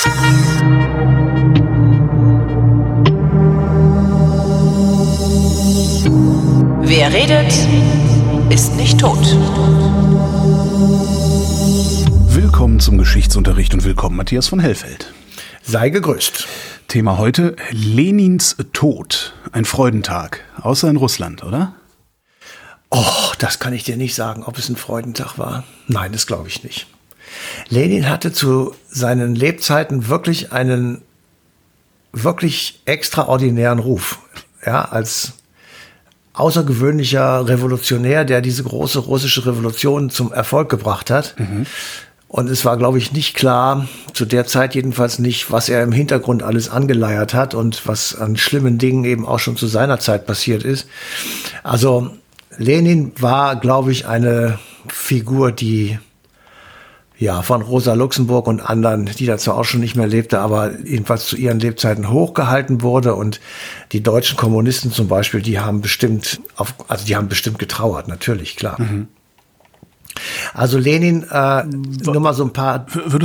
Wer redet, ist nicht tot. Willkommen zum Geschichtsunterricht und willkommen Matthias von Hellfeld. Sei gegrüßt. Thema heute: Lenins Tod. Ein Freudentag. Außer in Russland, oder? Oh, das kann ich dir nicht sagen, ob es ein Freudentag war. Nein, das glaube ich nicht. Lenin hatte zu seinen Lebzeiten wirklich einen wirklich extraordinären Ruf. Ja, als außergewöhnlicher Revolutionär, der diese große russische Revolution zum Erfolg gebracht hat. Und es war, glaube ich, nicht klar, zu der Zeit jedenfalls nicht, was er im Hintergrund alles angeleiert hat und was an schlimmen Dingen eben auch schon zu seiner Zeit passiert ist. Also Lenin war, glaube ich, eine Figur, die ja von Rosa Luxemburg und anderen, die da zwar auch schon nicht mehr lebte, aber jedenfalls zu ihren Lebzeiten hochgehalten wurde. Und die deutschen Kommunisten zum Beispiel, die haben bestimmt getrauert, natürlich, klar. Also Lenin, nur mal so ein paar.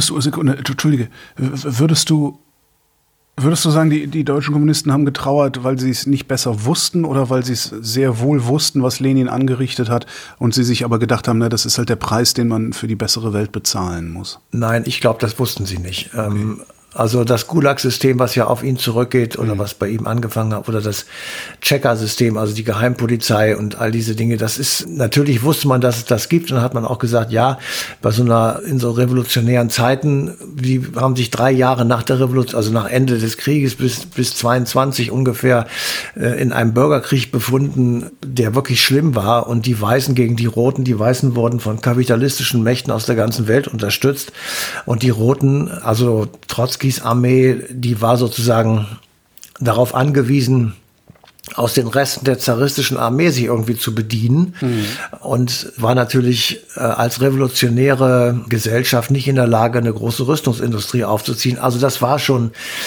Würdest du sagen, die deutschen Kommunisten haben getrauert, weil sie es nicht besser wussten oder weil sie es sehr wohl wussten, was Lenin angerichtet hat und sie sich aber gedacht haben, na, das ist halt der Preis, den man für die bessere Welt bezahlen muss? Nein, ich glaube, das wussten sie nicht. Okay. Also das Gulag-System, was ja auf ihn zurückgeht oder was bei ihm angefangen hat, oder das Checker-System, also die Geheimpolizei und all diese Dinge, das ist, natürlich wusste man, dass es das gibt, und dann hat man auch gesagt, ja, in so revolutionären Zeiten, die haben sich 3 Jahre nach der Revolution, also nach Ende des Krieges bis 22 ungefähr, in einem Bürgerkrieg befunden, der wirklich schlimm war, und die Weißen gegen die Roten, die Weißen wurden von kapitalistischen Mächten aus der ganzen Welt unterstützt, und die Roten, also Trotzkis Armee, die war sozusagen darauf angewiesen, aus den Resten der zaristischen Armee sich irgendwie zu bedienen, und war natürlich als revolutionäre Gesellschaft nicht in der Lage, eine große Rüstungsindustrie aufzuziehen. Also das war schon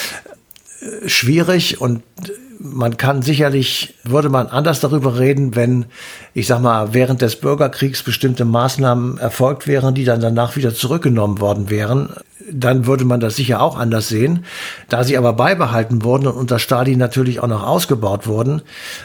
schwierig, und man kann sicherlich, würde man anders darüber reden, wenn, ich sag mal, während des Bürgerkriegs bestimmte Maßnahmen erfolgt wären, die dann danach wieder zurückgenommen worden wären. Dann würde man das sicher auch anders sehen. Da sie aber beibehalten wurden und unter Stalin natürlich auch noch ausgebaut wurden,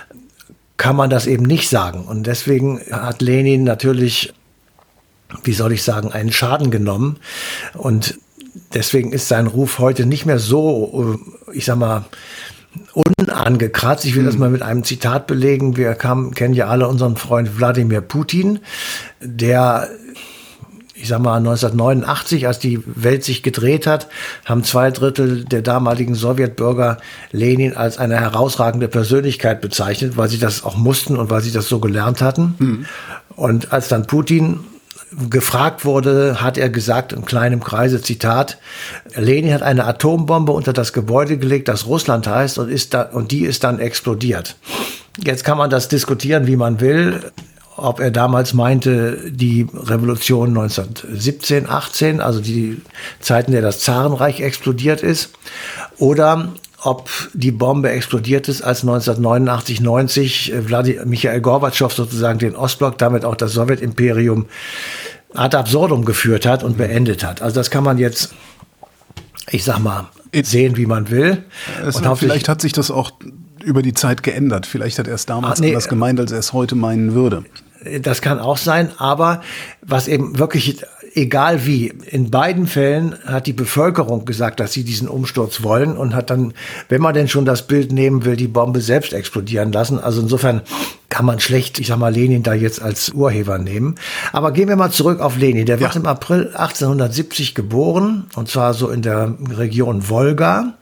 kann man das eben nicht sagen. Und deswegen hat Lenin natürlich, wie soll ich sagen, einen Schaden genommen. Und deswegen ist sein Ruf heute nicht mehr so, ich sag mal, unangekratzt. Ich will das mal mit einem Zitat belegen. Wir kennen ja alle unseren Freund Wladimir Putin, der, ich sag mal, 1989, als die Welt sich gedreht hat, haben 2/3 der damaligen Sowjetbürger Lenin als eine herausragende Persönlichkeit bezeichnet, weil sie das auch mussten und weil sie das so gelernt hatten. Und als dann Putin gefragt wurde, hat er gesagt, in kleinem Kreise, Zitat, Lenin hat eine Atombombe unter das Gebäude gelegt, das Russland heißt, und die ist dann explodiert. Jetzt kann man das diskutieren, wie man will, ob er damals meinte, die Revolution 1917, 18, also die Zeiten, in der das Zarenreich explodiert ist, oder ob die Bombe explodiert ist, als 1989, 90 Michail Gorbatschow sozusagen den Ostblock, damit auch das Sowjetimperium ad absurdum geführt hat und beendet hat. Also das kann man jetzt, ich sag mal, sehen, wie man will. Und vielleicht hat sich das auch über die Zeit geändert. Vielleicht hat er es damals anders gemeint, als er es heute meinen würde. Das kann auch sein, aber was eben wirklich, egal wie, in beiden Fällen hat die Bevölkerung gesagt, dass sie diesen Umsturz wollen, und hat dann, wenn man denn schon das Bild nehmen will, die Bombe selbst explodieren lassen. Also insofern kann man schlecht, ich sag mal, Lenin da jetzt als Urheber nehmen. Aber gehen wir mal zurück auf Lenin. Der wird im April 1870 geboren, und zwar so in der Region Wolga.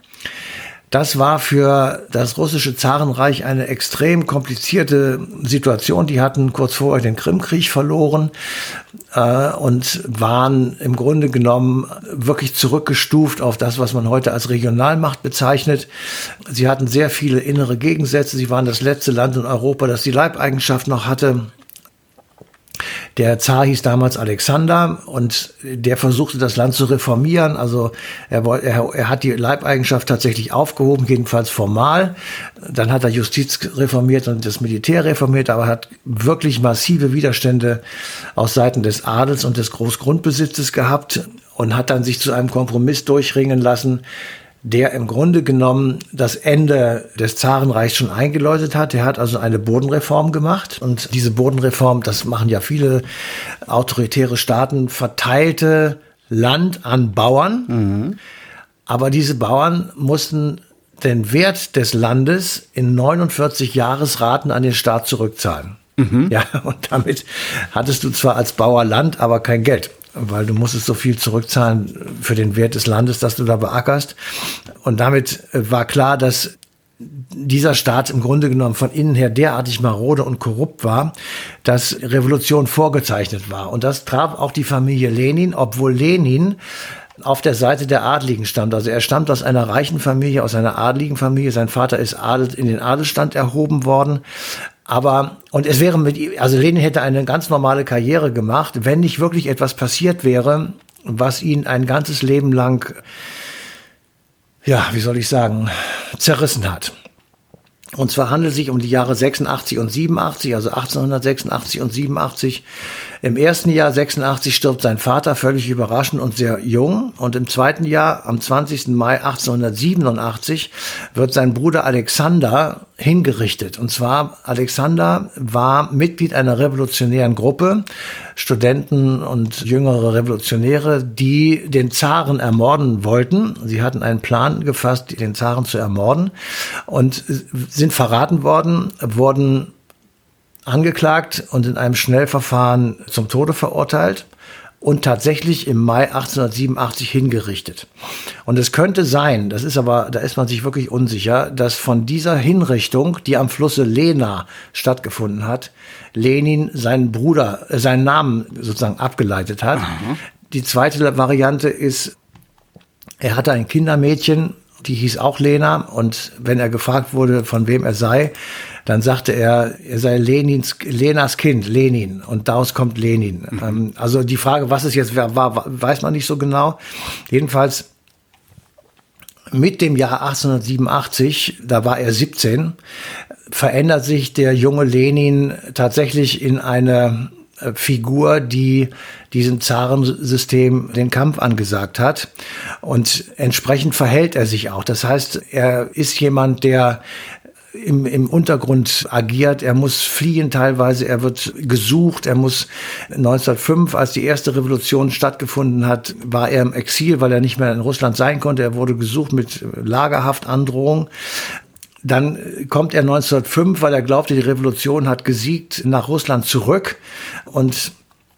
Das war für das russische Zarenreich eine extrem komplizierte Situation. Die hatten kurz vorher den Krimkrieg verloren und waren im Grunde genommen wirklich zurückgestuft auf das, was man heute als Regionalmacht bezeichnet. Sie hatten sehr viele innere Gegensätze. Sie waren das letzte Land in Europa, das die Leibeigenschaft noch hatte. Der Zar hieß damals Alexander, und der versuchte, das Land zu reformieren. Also er hat die Leibeigenschaft tatsächlich aufgehoben, jedenfalls formal. Dann hat er Justiz reformiert und das Militär reformiert, aber hat wirklich massive Widerstände aus Seiten des Adels und des Großgrundbesitzes gehabt. und hat dann sich zu einem Kompromiss durchringen lassen, der im Grunde genommen das Ende des Zarenreichs schon eingeläutet hat. Er hat also eine Bodenreform gemacht. Und diese Bodenreform, das machen ja viele autoritäre Staaten, verteilte Land an Bauern. Mhm. Aber diese Bauern mussten den Wert des Landes in 49 Jahresraten an den Staat zurückzahlen. Mhm. Ja, und damit hattest du zwar als Bauer Land, aber kein Geld, weil du musstest so viel zurückzahlen für den Wert des Landes, das du da beackerst. Und damit war klar, dass dieser Staat im Grunde genommen von innen her derartig marode und korrupt war, dass Revolution vorgezeichnet war. Und das traf auch die Familie Lenin, obwohl Lenin auf der Seite der Adligen stammt. Also er stammt aus einer reichen Familie, aus einer adligen Familie. Sein Vater ist in den Adelsstand erhoben worden. Und es wäre also Lenin hätte eine ganz normale Karriere gemacht, wenn nicht wirklich etwas passiert wäre, was ihn ein ganzes Leben lang, ja, wie soll ich sagen, zerrissen hat. Und zwar handelt es sich um die Jahre 86 und 87, also 1886 und 87. Im ersten Jahr 86 stirbt sein Vater völlig überraschend und sehr jung. Und im zweiten Jahr, am 20. Mai 1887, wird sein Bruder Alexander hingerichtet. Und zwar, Alexander war Mitglied einer revolutionären Gruppe, Studenten und jüngere Revolutionäre, die den Zaren ermorden wollten. Sie hatten einen Plan gefasst, den Zaren zu ermorden und sind verraten worden, wurden angeklagt und in einem Schnellverfahren zum Tode verurteilt und tatsächlich im Mai 1887 hingerichtet. Und es könnte sein, da ist man sich wirklich unsicher, dass von dieser Hinrichtung, die am Flusse Lena stattgefunden hat, Lenin seinen Namen sozusagen abgeleitet hat. Mhm. Die zweite Variante ist, er hatte ein Kindermädchen, die hieß auch Lena, und wenn er gefragt wurde, von wem er sei, dann sagte er sei Lenas Kind, Lenin, und daraus kommt Lenin. Mhm. Also die Frage, was es jetzt war, weiß man nicht so genau. Jedenfalls mit dem Jahr 1887, da war er 17, verändert sich der junge Lenin tatsächlich in eine Figur, die diesem Zarensystem den Kampf angesagt hat. Und entsprechend verhält er sich auch. Das heißt, er ist jemand, der im Untergrund agiert. Er muss fliehen teilweise. Er wird gesucht. Er muss 1905, als die erste Revolution stattgefunden hat, war er im Exil, weil er nicht mehr in Russland sein konnte. Er wurde gesucht mit Lagerhaftandrohung. Dann kommt er 1905, weil er glaubte, die Revolution hat gesiegt, nach Russland zurück. Und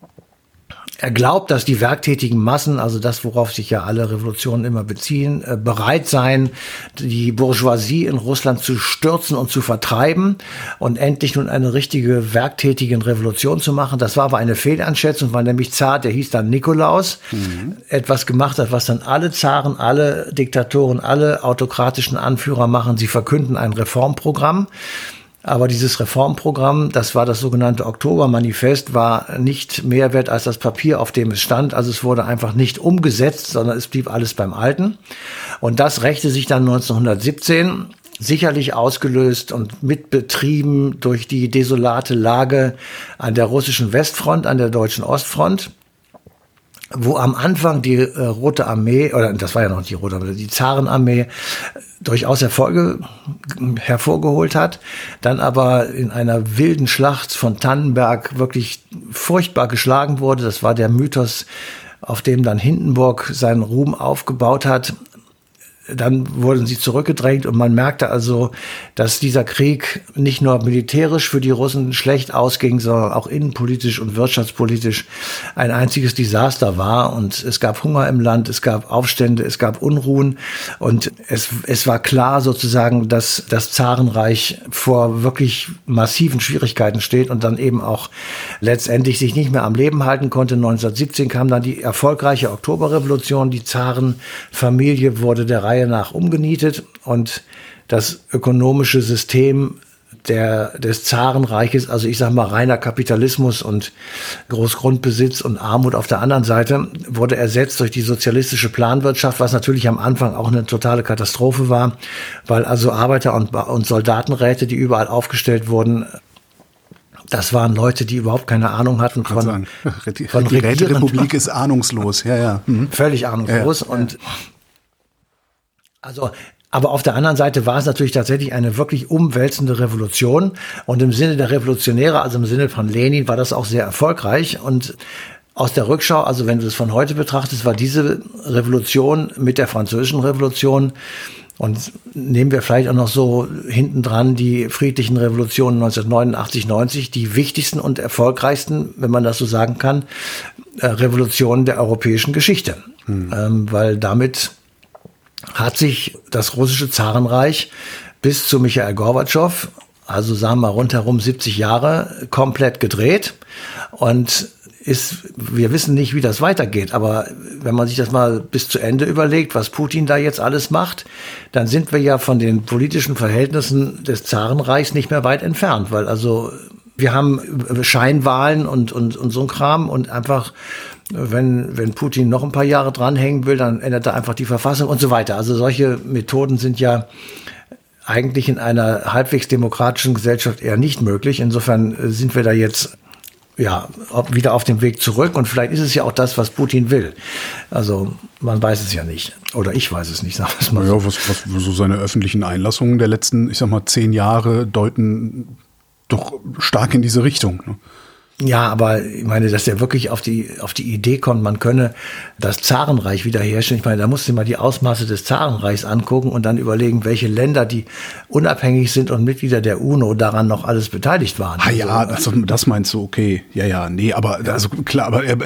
er glaubt, dass die werktätigen Massen, also das, worauf sich ja alle Revolutionen immer beziehen, bereit seien, die Bourgeoisie in Russland zu stürzen und zu vertreiben und endlich nun eine richtige werktätige Revolution zu machen. Das war aber eine Fehleinschätzung, weil nämlich Zar, der hieß dann Nikolaus, etwas gemacht hat, was dann alle Zaren, alle Diktatoren, alle autokratischen Anführer machen. Sie verkünden ein Reformprogramm. Aber dieses Reformprogramm, das war das sogenannte Oktobermanifest, war nicht mehr wert als das Papier, auf dem es stand. Also es wurde einfach nicht umgesetzt, sondern es blieb alles beim Alten. Und das rächte sich dann 1917, sicherlich ausgelöst und mitbetrieben durch die desolate Lage an der russischen Westfront, an der deutschen Ostfront, wo am Anfang die Rote Armee, oder das war ja noch nicht die Rote Armee, die Zarenarmee durchaus Erfolge hervorgeholt hat, dann aber in einer wilden Schlacht von Tannenberg wirklich furchtbar geschlagen wurde. Das war der Mythos, auf dem dann Hindenburg seinen Ruhm aufgebaut hat. Dann wurden sie zurückgedrängt und man merkte also, dass dieser Krieg nicht nur militärisch für die Russen schlecht ausging, sondern auch innenpolitisch und wirtschaftspolitisch ein einziges Desaster war. Und es gab Hunger im Land, es gab Aufstände, es gab Unruhen und es war klar sozusagen, dass das Zarenreich vor wirklich massiven Schwierigkeiten steht und dann eben auch letztendlich sich nicht mehr am Leben halten konnte. 1917 kam dann die erfolgreiche Oktoberrevolution, die Zarenfamilie wurde der Reihe nach umgenietet und das ökonomische System des Zarenreiches, also ich sage mal reiner Kapitalismus und Großgrundbesitz und Armut auf der anderen Seite, wurde ersetzt durch die sozialistische Planwirtschaft, was natürlich am Anfang auch eine totale Katastrophe war, weil also Arbeiter- und Soldatenräte, die überall aufgestellt wurden, Das waren Leute, die überhaupt keine Ahnung hatten von die Räterepublik ist ahnungslos, ja. Völlig ahnungslos. Und also, aber auf der anderen Seite war es natürlich tatsächlich eine wirklich umwälzende Revolution. Und im Sinne der Revolutionäre, also im Sinne von Lenin, war das auch sehr erfolgreich. Und aus der Rückschau, also wenn du es von heute betrachtest, war diese Revolution mit der Französischen Revolution, und nehmen wir vielleicht auch noch so hinten dran die friedlichen Revolutionen 1989, 90, die wichtigsten und erfolgreichsten, wenn man das so sagen kann, Revolutionen der europäischen Geschichte. Weil damit hat sich das russische Zarenreich bis zu Michail Gorbatschow, also sagen wir rundherum 70 Jahre, komplett gedreht. Und wir wissen nicht, wie das weitergeht, aber wenn man sich das mal bis zu Ende überlegt, was Putin da jetzt alles macht, dann sind wir ja von den politischen Verhältnissen des Zarenreichs nicht mehr weit entfernt, weil also wir haben Scheinwahlen und so ein Kram und einfach, wenn Putin noch ein paar Jahre dranhängen will, dann ändert er einfach die Verfassung und so weiter. Also solche Methoden sind ja eigentlich in einer halbwegs demokratischen Gesellschaft eher nicht möglich. Insofern sind wir da jetzt wieder auf dem Weg zurück und vielleicht ist es ja auch das, was Putin will. Also man weiß es ja nicht. Oder ich weiß es nicht, sagen wir es mal so. Ja, was so seine öffentlichen Einlassungen der letzten, 10 Jahre deuten doch stark in diese Richtung. Ne? Ja, aber ich meine, dass der wirklich auf die Idee kommt, man könne das Zarenreich wiederherstellen. Ich meine, da musst du mal die Ausmaße des Zarenreichs angucken und dann überlegen, welche Länder, die unabhängig sind und Mitglieder der UNO, daran noch alles beteiligt waren. Ah ja, das meinst du, okay. Ja, nee, aber also klar, aber wir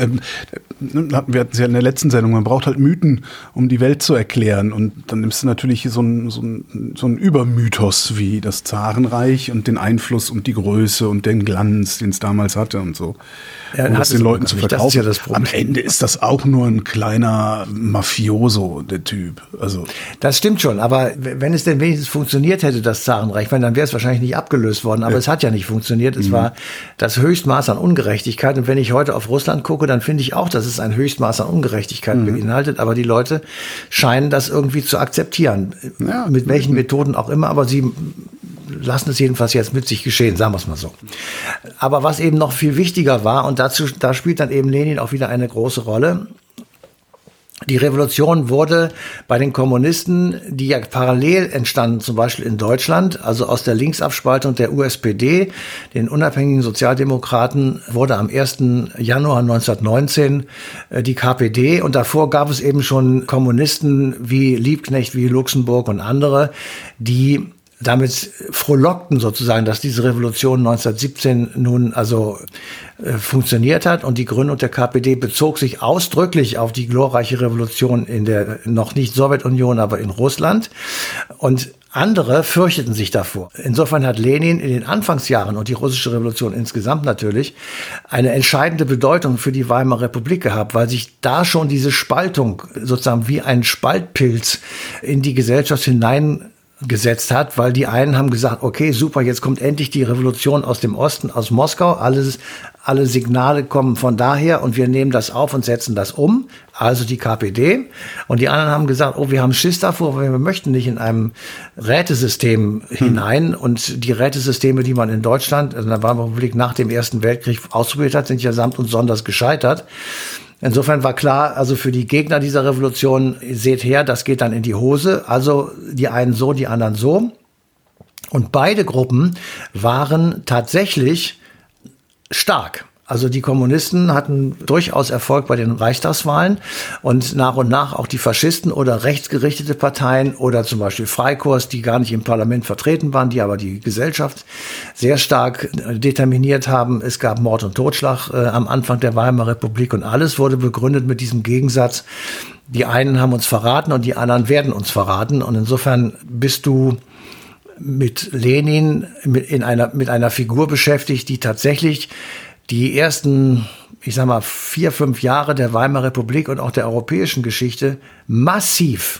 hatten es ja in der letzten Sendung, man braucht halt Mythen, um die Welt zu erklären. Und dann nimmst du natürlich so ein Übermythos wie das Zarenreich und den Einfluss und die Größe und den Glanz, den es damals hatte. Und so, ja, um das den Leuten zu verkaufen. Das ist ja das Problem. Am Ende ist das auch nur ein kleiner Mafioso, der Typ. Also das stimmt schon, aber wenn es denn wenigstens funktioniert hätte, das Zarenreich, dann wäre es wahrscheinlich nicht abgelöst worden, aber es hat ja nicht funktioniert. Es war das Höchstmaß an Ungerechtigkeit und wenn ich heute auf Russland gucke, dann finde ich auch, dass es ein Höchstmaß an Ungerechtigkeit beinhaltet, aber die Leute scheinen das irgendwie zu akzeptieren. Ja, mit welchen Methoden auch immer, aber sie lassen es jedenfalls jetzt mit sich geschehen, sagen wir es mal so. Aber was eben noch viel wichtiger war, und da spielt dann eben Lenin auch wieder eine große Rolle, die Revolution wurde bei den Kommunisten, die ja parallel entstanden, zum Beispiel in Deutschland, also aus der Linksabspaltung der USPD, den unabhängigen Sozialdemokraten, wurde am 1. Januar 1919 die KPD. Und davor gab es eben schon Kommunisten wie Liebknecht, wie Luxemburg und andere, die damit frohlockten sozusagen, dass diese Revolution 1917 nun also funktioniert hat. Und die Gründung der KPD bezog sich ausdrücklich auf die glorreiche Revolution in der noch nicht Sowjetunion, aber in Russland. Und andere fürchteten sich davor. Insofern hat Lenin in den Anfangsjahren und die russische Revolution insgesamt natürlich eine entscheidende Bedeutung für die Weimarer Republik gehabt, weil sich da schon diese Spaltung sozusagen wie ein Spaltpilz in die Gesellschaft hineingesetzt hat, weil die einen haben gesagt, okay, super, jetzt kommt endlich die Revolution aus dem Osten, aus Moskau, alle Signale kommen von daher und wir nehmen das auf und setzen das um, also die KPD. Und die anderen haben gesagt, oh, wir haben Schiss davor, weil wir möchten nicht in einem Rätesystem hinein. Und die Rätesysteme, die man in Deutschland, in der Weimarer Republik nach dem Ersten Weltkrieg ausprobiert hat, sind ja samt und sonders gescheitert. Insofern war klar, also für die Gegner dieser Revolution, seht her, das geht dann in die Hose. Also die einen so, die anderen so. Und beide Gruppen waren tatsächlich stark. Also die Kommunisten hatten durchaus Erfolg bei den Reichstagswahlen und nach auch die Faschisten oder rechtsgerichtete Parteien oder zum Beispiel Freikorps, die gar nicht im Parlament vertreten waren, die aber die Gesellschaft sehr stark determiniert haben. Es gab Mord und Totschlag am Anfang der Weimarer Republik und alles wurde begründet mit diesem Gegensatz, die einen haben uns verraten und die anderen werden uns verraten. Und insofern bist du mit Lenin mit einer Figur beschäftigt, die tatsächlich die ersten, 4, 5 Jahre der Weimarer Republik und auch der europäischen Geschichte massiv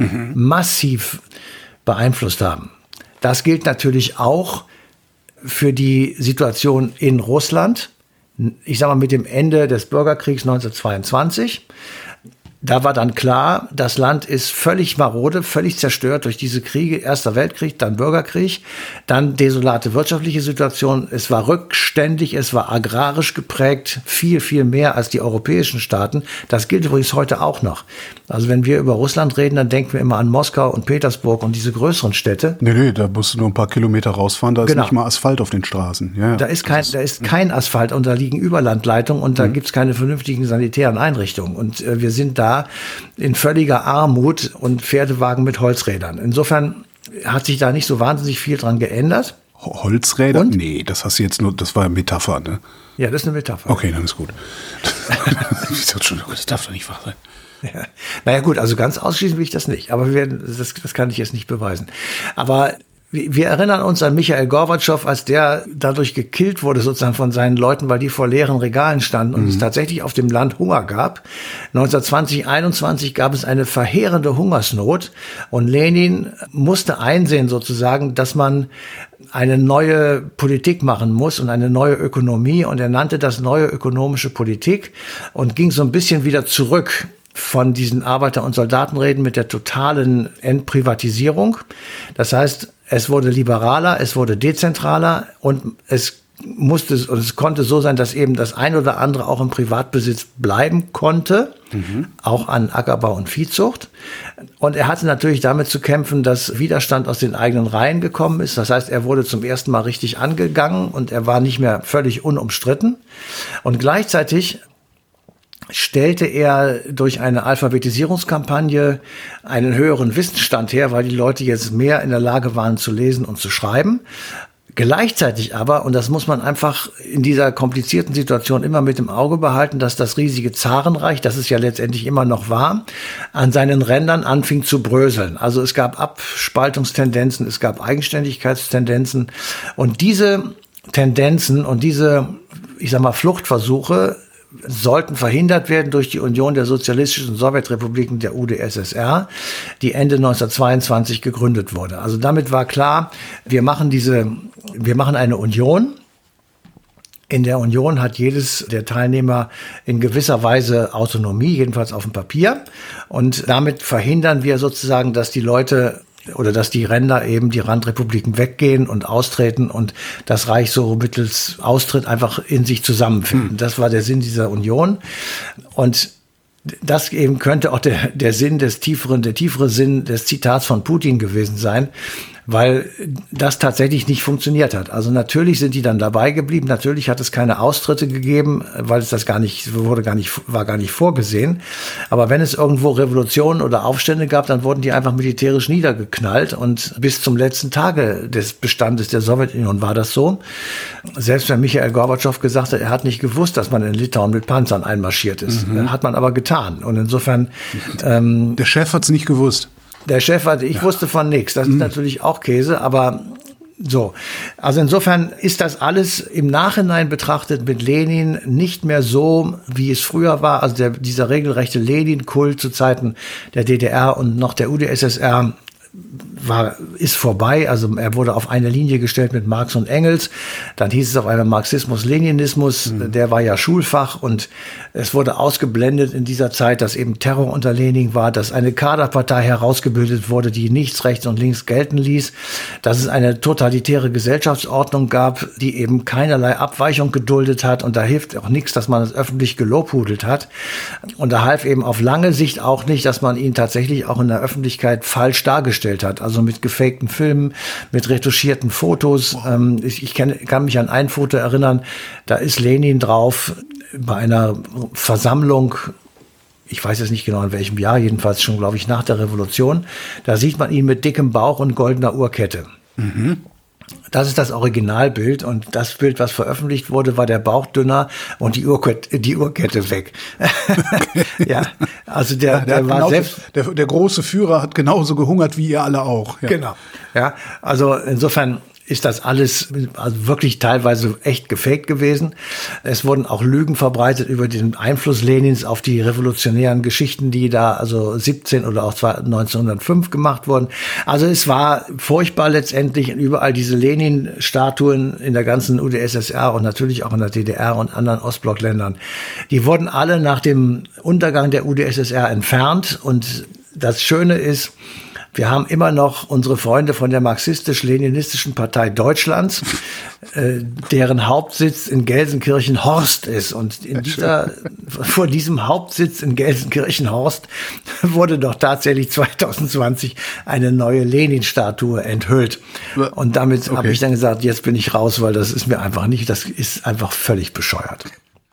beeinflusst haben. Das gilt natürlich auch für die Situation in Russland. Mit dem Ende des Bürgerkriegs 1922. da war dann klar, das Land ist völlig marode, völlig zerstört durch diese Kriege, Erster Weltkrieg, dann Bürgerkrieg, dann desolate wirtschaftliche Situation. Es war rückständig, es war agrarisch geprägt, viel, viel mehr als die europäischen Staaten. Das gilt übrigens heute auch noch. Also wenn wir über Russland reden, dann denken wir immer an Moskau und Petersburg und diese größeren Städte. Nee, da musst du nur ein paar Kilometer rausfahren, da ist nicht mal Asphalt auf den Straßen. Ja, da ist kein Asphalt und da liegen Überlandleitungen und da gibt's keine vernünftigen sanitären Einrichtungen. Und wir sind da in völliger Armut und Pferdewagen mit Holzrädern. Insofern hat sich da nicht so wahnsinnig viel dran geändert. Holzräder? Und? Nee, das hast du jetzt nur, das war eine Metapher, ne? Ja, das ist eine Metapher. Okay, dann ist gut. Das darf doch nicht wahr sein. Ja. Naja gut, also ganz ausschließen will ich das nicht. Aber das kann ich jetzt nicht beweisen. Aber wir erinnern uns an Michail Gorbatschow, als der dadurch gekillt wurde sozusagen von seinen Leuten, weil die vor leeren Regalen standen und es tatsächlich auf dem Land Hunger gab. 1920, 21 gab es eine verheerende Hungersnot und Lenin musste einsehen sozusagen, dass man eine neue Politik machen muss und eine neue Ökonomie und er nannte das neue ökonomische Politik und ging so ein bisschen wieder zurück von diesen Arbeiter- und Soldatenreden mit der totalen Entprivatisierung. Das heißt, es wurde liberaler, es wurde dezentraler und es konnte so sein, dass eben das ein oder andere auch im Privatbesitz bleiben konnte, auch an Ackerbau und Viehzucht. Und er hatte natürlich damit zu kämpfen, dass Widerstand aus den eigenen Reihen gekommen ist. Das heißt, er wurde zum ersten Mal richtig angegangen und er war nicht mehr völlig unumstritten. Und gleichzeitig stellte er durch eine Alphabetisierungskampagne einen höheren Wissensstand her, weil die Leute jetzt mehr in der Lage waren zu lesen und zu schreiben. Gleichzeitig aber, und das muss man einfach in dieser komplizierten Situation immer mit im Auge behalten, dass das riesige Zarenreich, das es ja letztendlich immer noch war, an seinen Rändern anfing zu bröseln. Also es gab Abspaltungstendenzen, es gab Eigenständigkeitstendenzen und diese Tendenzen und diese, ich sag mal, Fluchtversuche sollten verhindert werden durch die Union der sozialistischen Sowjetrepubliken, der UdSSR, die Ende 1922 gegründet wurde. Also damit war klar, wir machen eine Union. In der Union hat jedes der Teilnehmer in gewisser Weise Autonomie, jedenfalls auf dem Papier. Und damit verhindern wir sozusagen, dass die Leute oder dass die Ränder eben, die Randrepubliken weggehen und austreten und das Reich so mittels Austritt einfach in sich zusammenfinden. Das war der Sinn dieser Union. Und das eben könnte auch der tiefere Sinn des Zitats von Putin gewesen sein, weil das tatsächlich nicht funktioniert hat. Also natürlich sind die dann dabei geblieben, natürlich hat es keine Austritte gegeben, weil es das war gar nicht vorgesehen. Aber wenn es irgendwo Revolutionen oder Aufstände gab, dann wurden die einfach militärisch niedergeknallt und bis zum letzten Tage des Bestandes der Sowjetunion war das so. Selbst wenn Michail Gorbatschow gesagt hat, er hat nicht gewusst, dass man in Litauen mit Panzern einmarschiert ist. Hat man aber getan. Und insofern der Chef hat's nicht gewusst. Der Chef ich wusste von nichts. Das ist natürlich auch Käse, aber so. Also insofern ist das alles im Nachhinein betrachtet mit Lenin nicht mehr so, wie es früher war. Also dieser regelrechte Lenin-Kult zu Zeiten der DDR und noch der UdSSR ist vorbei, also er wurde auf eine Linie gestellt mit Marx und Engels, dann hieß es auf einmal Marxismus-Leninismus, der war ja Schulfach und es wurde ausgeblendet in dieser Zeit, dass eben Terror unter Lenin war, dass eine Kaderpartei herausgebildet wurde, die nichts rechts und links gelten ließ, dass es eine totalitäre Gesellschaftsordnung gab, die eben keinerlei Abweichung geduldet hat und da hilft auch nichts, dass man es öffentlich gelobhudelt hat und da half eben auf lange Sicht auch nicht, dass man ihn tatsächlich auch in der Öffentlichkeit falsch dargestellt hat, also mit gefakten Filmen, mit retuschierten Fotos. Ich kann mich an ein Foto erinnern, da ist Lenin drauf bei einer Versammlung, ich weiß jetzt nicht genau in welchem Jahr, jedenfalls schon, glaube ich, nach der Revolution. Da sieht man ihn mit dickem Bauch und goldener Uhrkette. Das ist das Originalbild und das Bild, was veröffentlicht wurde, war der Bauch dünner und die Uhrkette weg. Ja, also der war genauso, selbst der große Führer hat genauso gehungert wie ihr alle auch. Ja. Genau. Ja, also insofern ist das alles also wirklich teilweise echt gefaked gewesen. Es wurden auch Lügen verbreitet über den Einfluss Lenins auf die revolutionären Geschichten, die da also 17 oder auch 1905 gemacht wurden. Also es war furchtbar letztendlich, überall diese Lenin-Statuen in der ganzen UdSSR und natürlich auch in der DDR und anderen Ostblockländern. Die wurden alle nach dem Untergang der UdSSR entfernt und das Schöne ist, wir haben immer noch unsere Freunde von der Marxistisch-Leninistischen Partei Deutschlands, deren Hauptsitz in Gelsenkirchen-Horst ist. Und vor diesem Hauptsitz in Gelsenkirchen-Horst wurde doch tatsächlich 2020 eine neue Lenin-Statue enthüllt. Und damit habe ich dann gesagt, jetzt bin ich raus, weil das ist mir einfach nicht, das ist einfach völlig bescheuert.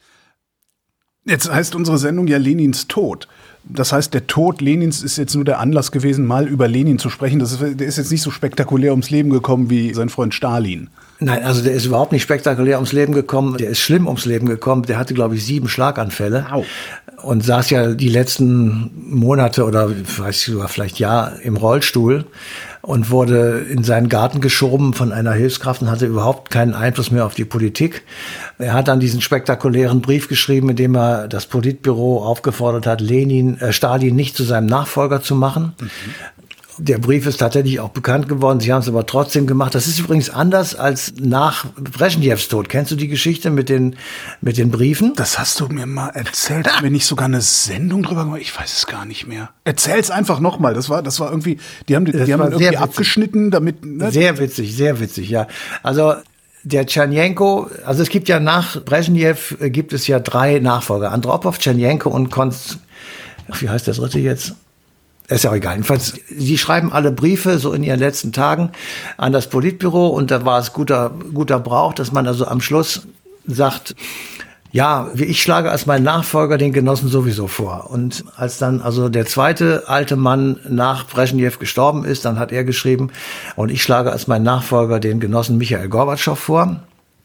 Jetzt heißt unsere Sendung ja Lenins Tod. Das heißt, der Tod Lenins ist jetzt nur der Anlass gewesen, mal über Lenin zu sprechen. Der ist jetzt nicht so spektakulär ums Leben gekommen wie sein Freund Stalin. Nein, also der ist überhaupt nicht spektakulär ums Leben gekommen. Der ist schlimm ums Leben gekommen. Der hatte, glaube ich, 7 Schlaganfälle. Au. Und saß ja die letzten Monate oder vielleicht Jahr im Rollstuhl und wurde in seinen Garten geschoben von einer Hilfskraft und hatte überhaupt keinen Einfluss mehr auf die Politik. Er hat dann diesen spektakulären Brief geschrieben, in dem er das Politbüro aufgefordert hat, Stalin nicht zu seinem Nachfolger zu machen. Mhm. Der Brief ist tatsächlich auch bekannt geworden. Sie haben es aber trotzdem gemacht. Das ist übrigens anders als nach Breschnews Tod. Kennst du die Geschichte mit den Briefen? Das hast du mir mal erzählt. Haben wir nicht sogar eine Sendung drüber gemacht? Ich weiß es gar nicht mehr. Erzähl's einfach nochmal. Das war irgendwie, die haben irgendwie abgeschnitten, damit. Ne? Sehr witzig, ja. Also, der Tschernjenko, also es gibt ja nach Breschnew gibt es ja 3 Nachfolger. Andropow, Tschernjenko und wie heißt der dritte jetzt? Ist ja auch egal. Jedenfalls, sie schreiben alle Briefe so in ihren letzten Tagen an das Politbüro und da war es guter Brauch, dass man also am Schluss sagt, ja, ich schlage als mein Nachfolger den Genossen sowieso vor. Und als dann also der zweite alte Mann nach Breschnew gestorben ist, dann hat er geschrieben, und ich schlage als mein Nachfolger den Genossen Michail Gorbatschow vor.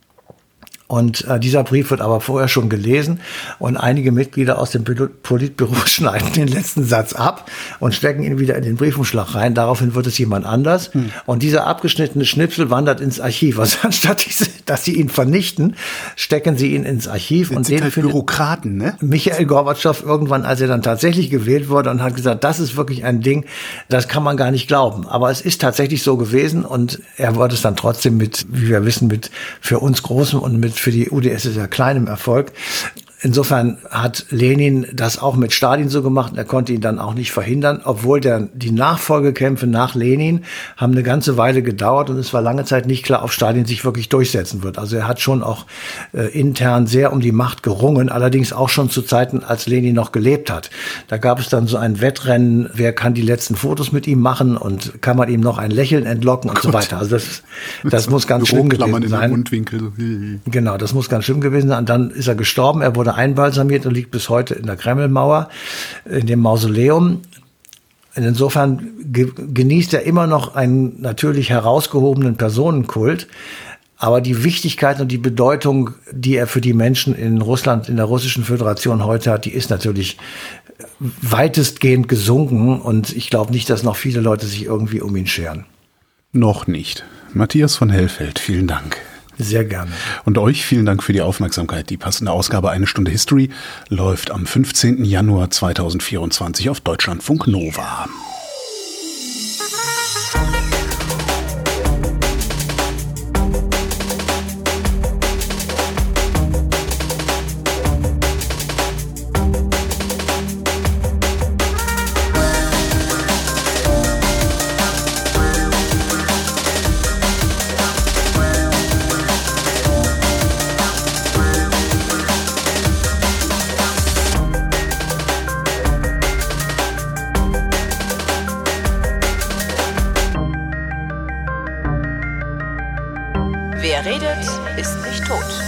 Und dieser Brief wird aber vorher schon gelesen und einige Mitglieder aus dem Politbüro schneiden den letzten Satz ab und stecken ihn wieder in den Briefumschlag rein. Daraufhin wird es jemand anders. Und dieser abgeschnittene Schnipsel wandert ins Archiv. Also anstatt dass sie ihn vernichten, stecken sie ihn ins Archiv. Das und sind halt Bürokraten, ne? Michail Gorbatschow irgendwann, als er dann tatsächlich gewählt wurde und hat gesagt, das ist wirklich ein Ding, das kann man gar nicht glauben. Aber es ist tatsächlich so gewesen und er wurde es dann trotzdem mit, wie wir wissen, mit für uns großem und für die UdSSR kleinem Erfolg. Insofern hat Lenin das auch mit Stalin so gemacht und er konnte ihn dann auch nicht verhindern, obwohl die Nachfolgekämpfe nach Lenin haben eine ganze Weile gedauert und es war lange Zeit nicht klar, ob Stalin sich wirklich durchsetzen wird. Also er hat schon auch intern sehr um die Macht gerungen, allerdings auch schon zu Zeiten, als Lenin noch gelebt hat. Da gab es dann so ein Wettrennen, wer kann die letzten Fotos mit ihm machen und kann man ihm noch ein Lächeln entlocken und so weiter. Also das muss ganz schlimm gewesen sein. Mundwinkel. Genau, das muss ganz schlimm gewesen sein. Und dann ist er gestorben, er wurde einbalsamiert und liegt bis heute in der Kremlmauer, in dem Mausoleum. Insofern genießt er immer noch einen natürlich herausgehobenen Personenkult. Aber die Wichtigkeit und die Bedeutung, die er für die Menschen in Russland, in der Russischen Föderation heute hat, die ist natürlich weitestgehend gesunken. Und ich glaube nicht, dass noch viele Leute sich irgendwie um ihn scheren. Noch nicht. Matthias von Hellfeld, vielen Dank. Sehr gerne. Und euch vielen Dank für die Aufmerksamkeit. Die passende Ausgabe Eine Stunde History läuft am 15. Januar 2024 auf Deutschlandfunk Nova. Wer redet, ist nicht tot.